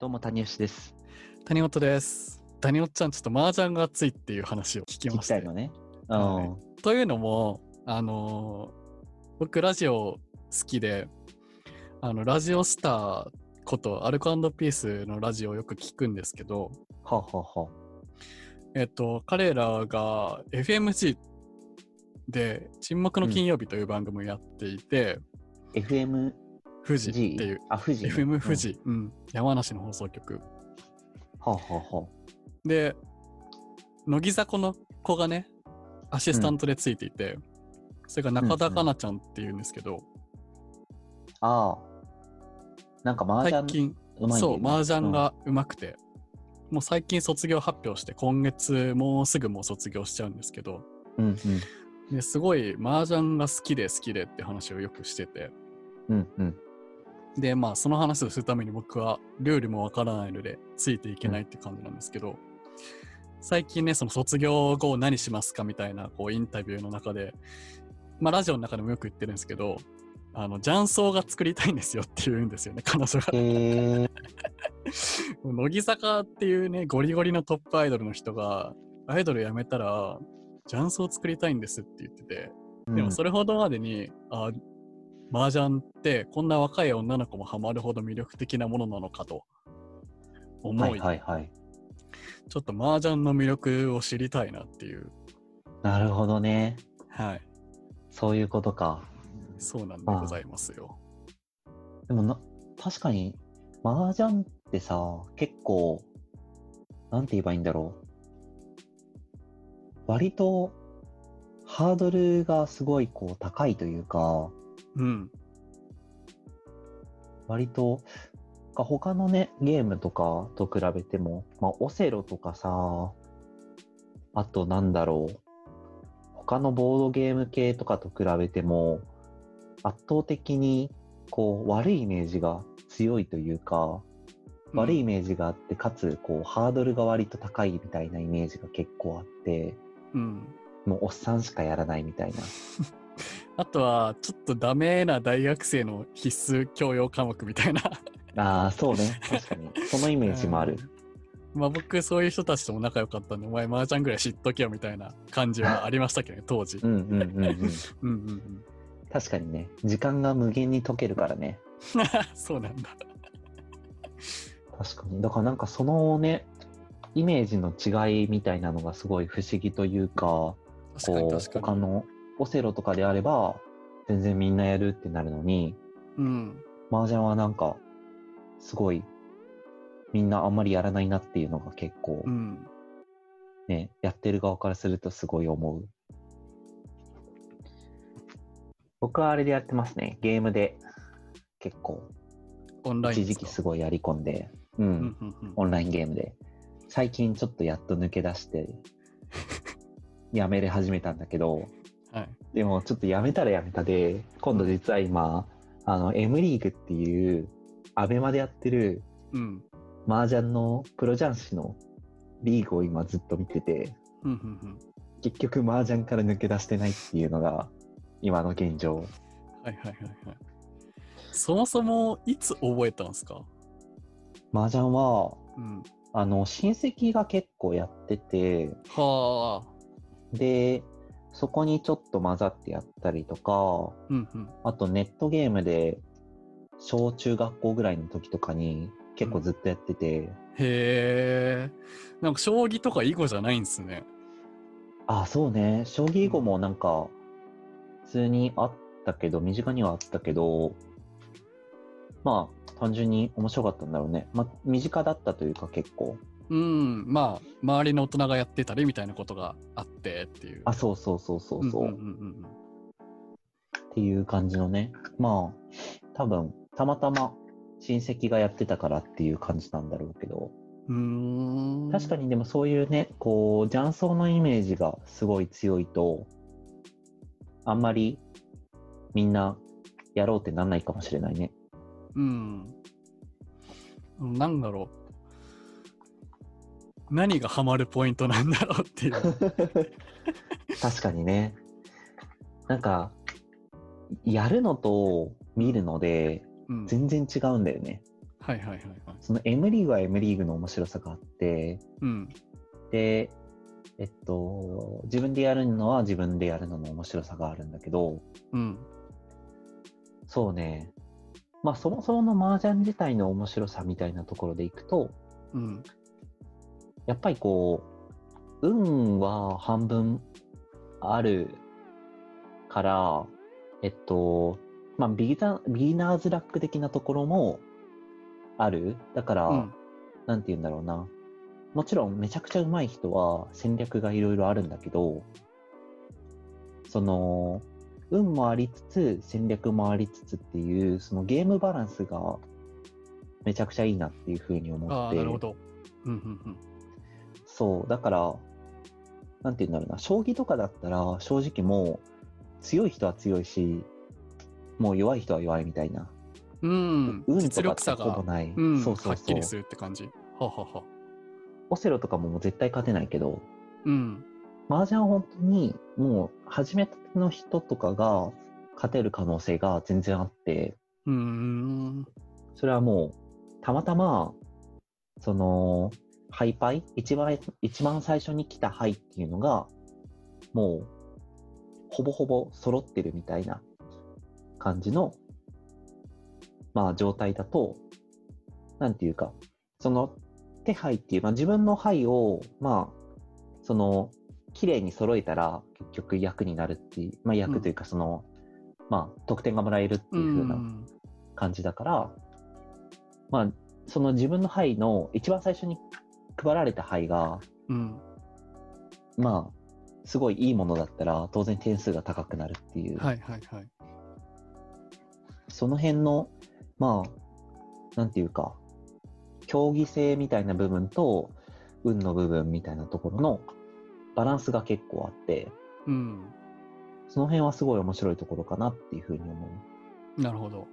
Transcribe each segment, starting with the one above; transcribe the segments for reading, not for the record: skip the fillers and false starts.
どうも谷吉です。 谷本です。谷本ちゃん、ちょっと麻雀が熱いっていう話を聞き聞まして。 きたいのね。 はい。というのも、僕ラジオ好きで、ラジオスターことアルコ&ピースのラジオをよく聞くんですけど、 はあ、はあは彼らが FMG で沈黙の金曜日という番組をやっていて、 FM 富士っていう、 富士ね。 FM 富士、山梨の放送局。 はあ、はあはで、乃木坂の子がね、アシスタントでついていて、それが中田香菜ちゃんっていうんですけど、 あ。ああ。なんか麻雀最近、 うまいんだよね。 麻雀がうまくて、もう最近卒業発表して、今月もうすぐ卒業しちゃうんですけど、ですごい麻雀が好きでって話をよくしてて、で、その話をするために僕はルールもわからないのでついていけないって感じなんですけど、最近ね、その卒業後何しますかみたいなインタビューの中で、ラジオの中でもよく言ってるんですけど、雀荘が作りたいんですよって言うんですよね、彼女が。乃木坂っていうね、ゴリゴリのトップアイドルの人が、アイドル辞めたら、雀荘作りたいんですって言ってて、でもそれほどまでに、麻雀ってこんな若い女の子もハマるほど魅力的なものなのかと思い、ちょっと麻雀の魅力を知りたいなっていう。 なるほどね。 はい。 そういうことか。 そうなんでございますよ。 でも確かに麻雀ってさ、結構なんて言えばいいんだろう。割とハードルがすごい高いというか、割と他のねゲームとかと比べても、オセロとかさ、あと他のボードゲーム系とかと比べても圧倒的に悪いイメージが強いというか、悪いイメージがあって、かつハードルが割と高いみたいなイメージが結構あって、もうおっさんしかやらないみたいな。 あとはちょっとダメな大学生の必須教養科目みたいな。 ああ、そうね。確かにそのイメージもある。 僕そういう人たちとも仲良かったんで、お前麻雀ぐらい知っとけよみたいな感じはありましたけどね、当時。 確かにね、時間が無限に解けるからね。 そうなんだ。 確かに。だからなんかそのね、イメージの違いみたいなのがすごい不思議というか、他のオセロとかであれば全然みんなやるってなるのに、麻雀はなんかすごいみんなあんまりやらないなっていうのが結構、ね、やってる側からするとすごい思う。僕はあれでやってますね。ゲームで結構オンライン一時期すごいやり込んで、オンラインゲームで最近ちょっとやっと抜け出してやめれ始めたんだけど、でもちょっとやめたらやめたで、今度実は今M リーグっていうアベマでやってる麻雀のプロ雀士のリーグを今ずっと見てて、結局麻雀から抜け出してないっていうのが今の現状。 そもそもいつ覚えたんですか？ 麻雀は、親戚が結構やってて、でそこにちょっと混ざってやったりとか、あとネットゲームで小中学校ぐらいの時とかに結構ずっとやってて、 なんか将棋とか囲碁じゃないんですね。 あ、そうね。将棋囲碁もなんか普通にあったけど、身近にはあったけど、単純に面白かったんだろうね。身近だったというか結構。 周りの大人がやってたりみたいなことがあってっていう。 あ、そう。っていう感じのね。多分たまたま親戚がやってたからっていう感じなんだろうけど。確かにでもそういうね、雀荘のイメージがすごい強いと、あんまりみんなやろうってなんないかもしれないね。 なんだろう。何がハマるポイントなんだろうっていう。 確かにね。なんか、やるのと見るので全然違うんだよね。 はいはいはいはい。 その M リーグは M リーグの面白さがあって、 うん、 で、自分でやるのは自分でやるのの面白さがあるんだけど、 うん、 そうね、まあそもそもの麻雀自体の面白さみたいなところでいくと、 うん、 やっぱりこう、運は半分あるから、まあビギナーズラック的なところもある。だから、 うん、 なんて言うんだろうな。もちろんめちゃくちゃ上手い人は戦略がいろいろあるんだけど、その、運もありつつ、戦略もありつつっていう、そのゲームバランスがめちゃくちゃいいなっていうふうに思ああ、 って、 なるほど。うんうんうん。 そう、だから、なんて言うんだろうな、将棋とかだったら正直もう強い人は強いし、もう弱い人は弱いみたいな。 うん、 運と実かって力差が、 ほぼない。 うん、 そうそうそう。 はっきりするって感じ。ははは。 オセロとかももう絶対勝てないけど、 うん、 麻雀は本当にもう始めたての人とかが勝てる可能性が全然あって、それはもうたまたまそのハイパイ一番最初に来たハイっていうのがもうほぼほぼ揃ってるみたいな感じのまあ状態だと、なんていうかその手配っていう、まあ、自分の牌をまあその綺麗に揃えたら結局役になるっていう、まあ、役というかその、まあ得点がもらえるっていう風な感じだから、まあその自分の牌の一番最初に配られた牌が、まあすごいいいものだったら当然点数が高くなるっていう、 はいはいはい。 その辺のまあなんていうか競技性みたいな部分と運の部分みたいなところのバランスが結構あって、その辺はすごい面白いところかなっていうふうに思う。なるほど。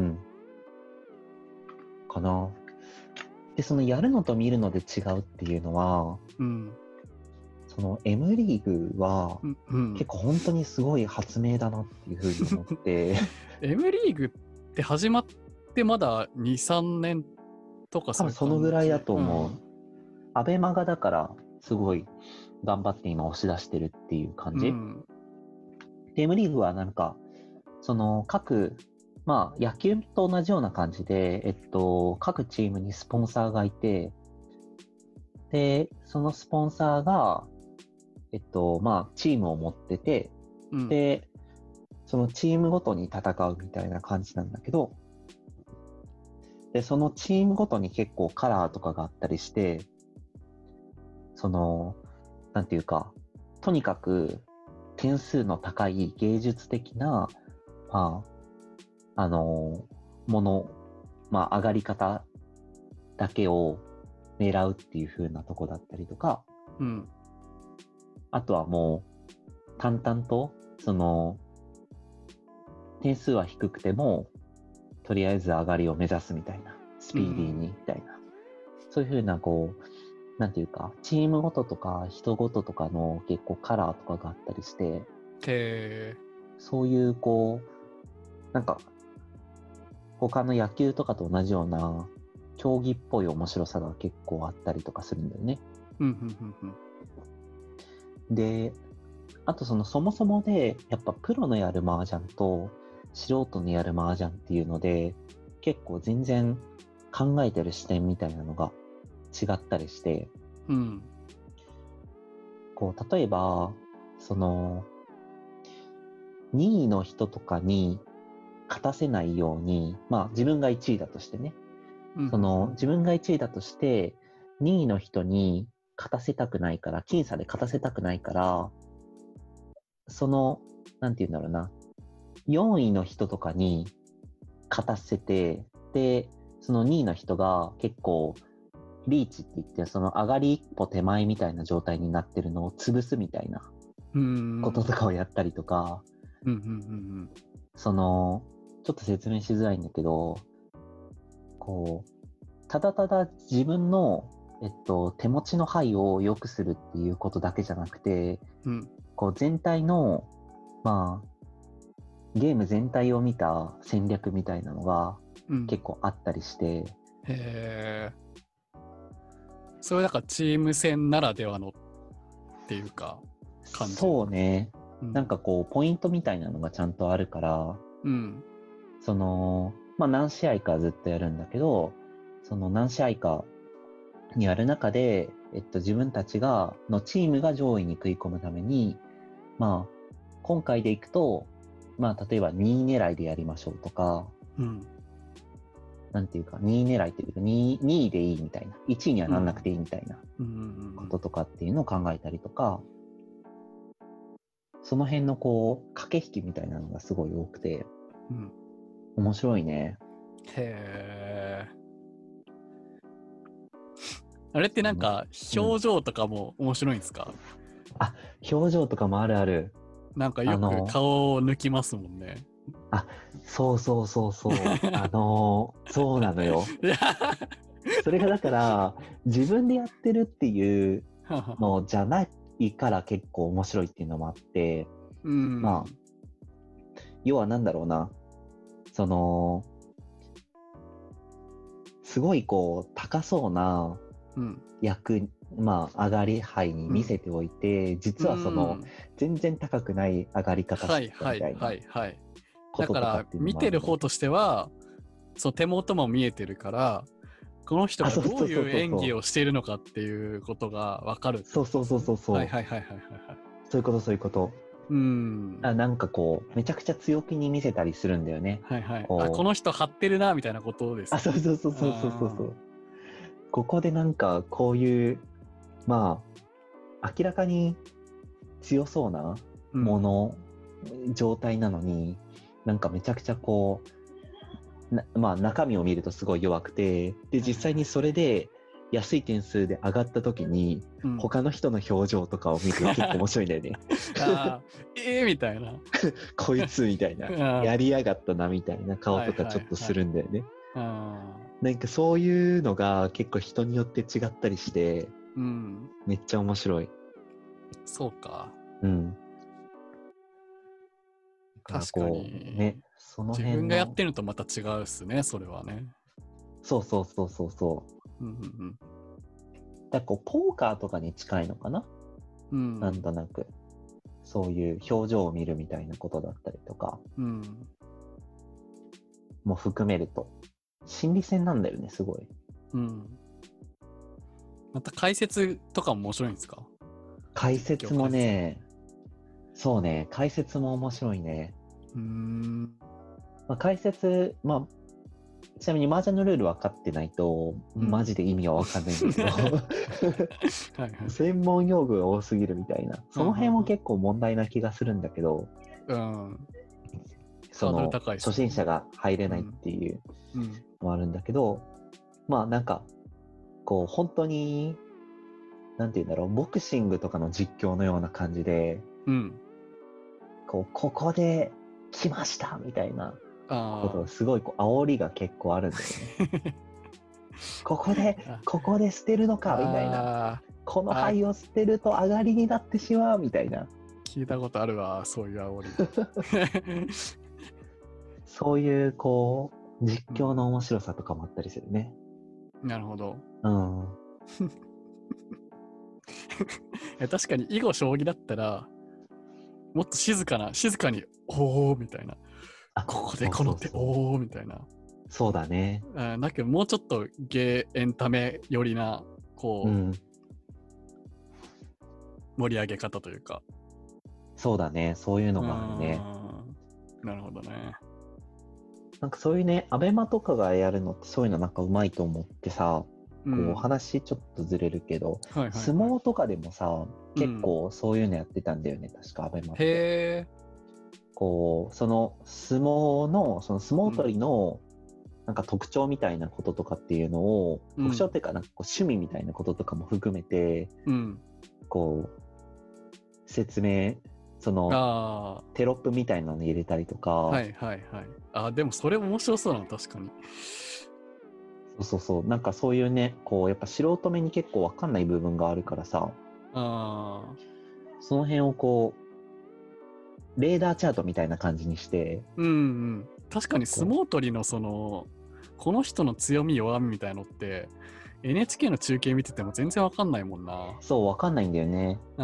かな。で、そのやるのと見るので違うっていうのは、その M リーグは結構本当にすごい発明だなっていうふうに思って。 M リーグって始まってまだ2、3年とか多分そのぐらいだと思う。アベマがだからすごい頑張って今押し出してるっていう感じ。で M リーグはなんか、その各、まあ野球と同じような感じで、各チームにスポンサーがいて、で、そのスポンサーが、まあチームを持ってて、で、そのチームごとに戦うみたいな感じなんだけど、で、そのチームごとに結構カラーとかがあったりして、その、なんていうか、とにかく点数の高い芸術的な、まあ、もの、まあ、上がり方だけを狙うっていう風なとこだったりとか、あとはもう、淡々と、その、点数は低くても、とりあえず上がりを目指すみたいな、スピーディーにみたいな、そういう風な、こう、なんていうか、チームごととか人ごととかの結構カラーとかがあったりして、そういうこう、なんか、他の野球とかと同じような競技っぽい面白さが結構あったりとかするんだよね。で、あとそもそもで、やっぱプロのやる麻雀と素人のやる麻雀っていうので、結構全然考えてる視点みたいなのが違ったりして、こう、例えば、その、2位の人とかに勝たせないように、まあ自分が1位だとしてね、自分が1位だとして、2位の人に勝たせたくないから、僅差で勝たせたくないから、なんて言うんだろうな、4位の人とかに勝たせて、で、その2位の人が結構、リーチって言って、その上がり一歩手前みたいな状態になってるのを潰すみたいなこととかをやったりとか、ちょっと説明しづらいんだけど、こう、ただただ自分の、手持ちの牌を良くするっていうことだけじゃなくて、こう全体の、まあ、ゲーム全体を見た戦略みたいなのが結構あったりして、 へえ。それだからチーム戦ならではのっていうか感じ。 そうね、なんかこうポイントみたいなのがちゃんとあるから、そのまあ何試合かずっとやるんだけど、その何試合かにやる中で、自分たちのチームが上位に食い込むために、まあ今回でいくと、まあ例えば2位狙いでやりましょうとか、なんていうか2位狙いっていうか 2位でいいみたいな、1位にはなんなくていいみたいなこととかっていうのを考えたりとか、その辺のこう駆け引きみたいなのがすごい多くて、面白いね。 へえ。あれってなんか表情とかも面白いんですか？ あ、表情とかもあるある。 なんかよく顔を抜きますもんね。 そうそうそうそう。そうなのよ。それがだから自分でやってるっていうのじゃないから結構面白いっていうのもあって、まあ要はなんだろうな、そのすごいこう高そうな役、まあ上がり牌に見せておいて、実はその全然高くない上がり方してたみたいなこととかっていうのもある。だから見てる方としては、そう手元も見えてるから、この人がどういう演技をしているのかっていうことが分かる。 そう。そういうこと。なんかこうめちゃくちゃ強気に見せたりするんだよね。 この人張ってるなみたいなことです。 そう。ここでなんかこういうまあ明らかに強そうなもの、状態なのに、なんかめちゃくちゃこうまあ中身を見るとすごい弱くて、で実際にそれで安い点数で上がった時に、他の人の表情とかを見ると結構面白いんだよね。 みたいなこいつみたいなやりやがったなみたいな顔とかちょっとするんだよね。なんかそういうのが結構人によって違ったりして、めっちゃ面白い。 そうか。 確かにね、その辺自分がやってるのとまた違うっすね、それはね。 そう。だからこうポーカーとかに近いのかな、なんとなくそういう表情を見るみたいなことだったりとか、も含めると心理戦なんだよね、すごい。 また解説とかも面白いんですか？ 解説もね、そうね、解説も面白いね。解説、ちなみに麻雀のルール分かってないと、マジで意味は分かんないんだけど専門用語が多すぎるみたいな、その辺も結構問題な気がするんだけど、その初心者が入れないっていうのもあるんだけど、なんかこう本当になんていうんだろう、ボクシングとかの実況のような感じで、ここで来ましたみたいなことをすごい煽りが結構あるんだよね。ここで捨てるのかみたいな、この牌を捨てると上がりになってしまうみたいな。 聞いたことあるわ、そういう煽り。 そういうこう実況の面白さとかもあったりするね。 なるほど。確かに囲碁将棋だったらもっと静かにおーみたいな、ここでこの手おーみたいな。 そうだね。 だけどもうちょっとエンタメ寄りなこう、盛り上げ方というか。 そうだね、そういうのがあるね。 なるほどね。 なんかそういうね、アベマとかがやるのってそういうのなんかうまいと思ってさ、こう話ちょっとずれるけど、相撲とかでもさ、結構そういうのやってたんだよね、確かアベマって。こうその相撲取りのなんか特徴みたいなこととかっていうのを、特徴っていうかなんかこう趣味みたいなこととかも含めて、こう説明、そのテロップみたいなの入れたりとか。 でもそれ面白そうなの、確かに。 そうなんかそういうね、こうやっぱ素人目に結構分かんない部分があるからさ、その辺をこうレーダーチャートみたいな感じにして、 確かに相撲取りのそのこの人の強み弱みみたいのって、NHK の中継見てても全然わかんないもんな。 そう、わかんないんだよね。 うん。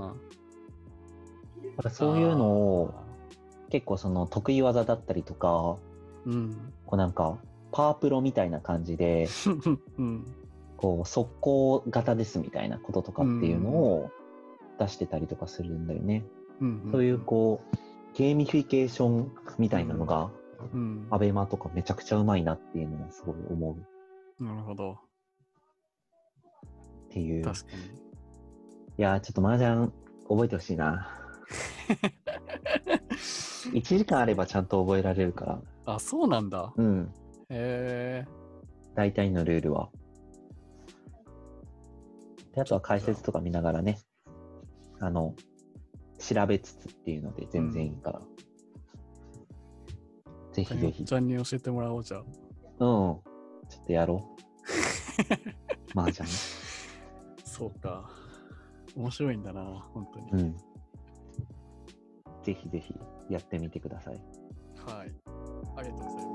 だからそういうのを、結構その得意技だったりとか、 うん、 こうなんか、パワープロみたいな感じで、うん、こう、速攻型ですみたいなこととかっていうのを出してたりとかするんだよね。そういうこう、ゲーミフィケーションみたいなのが、アベマとかめちゃくちゃうまいなっていうのはすごい思う。なるほど。 っていう。 確かに。 いやー、ちょっと麻雀覚えてほしいな。1時間あればちゃんと覚えられるから。 あ、そうなんだ。 うん。 へえ。 大体のルールは。で、あとは解説とか見ながらね、調べつつっていうので全然いいから。ぜひぜひ。 ちゃんに教えてもらおうじゃあ。 うん。ちょっとやろう。麻雀。 そうか。面白いんだな、本当に。 うん。ぜひぜひやってみてください。 はい。ありがとうございます。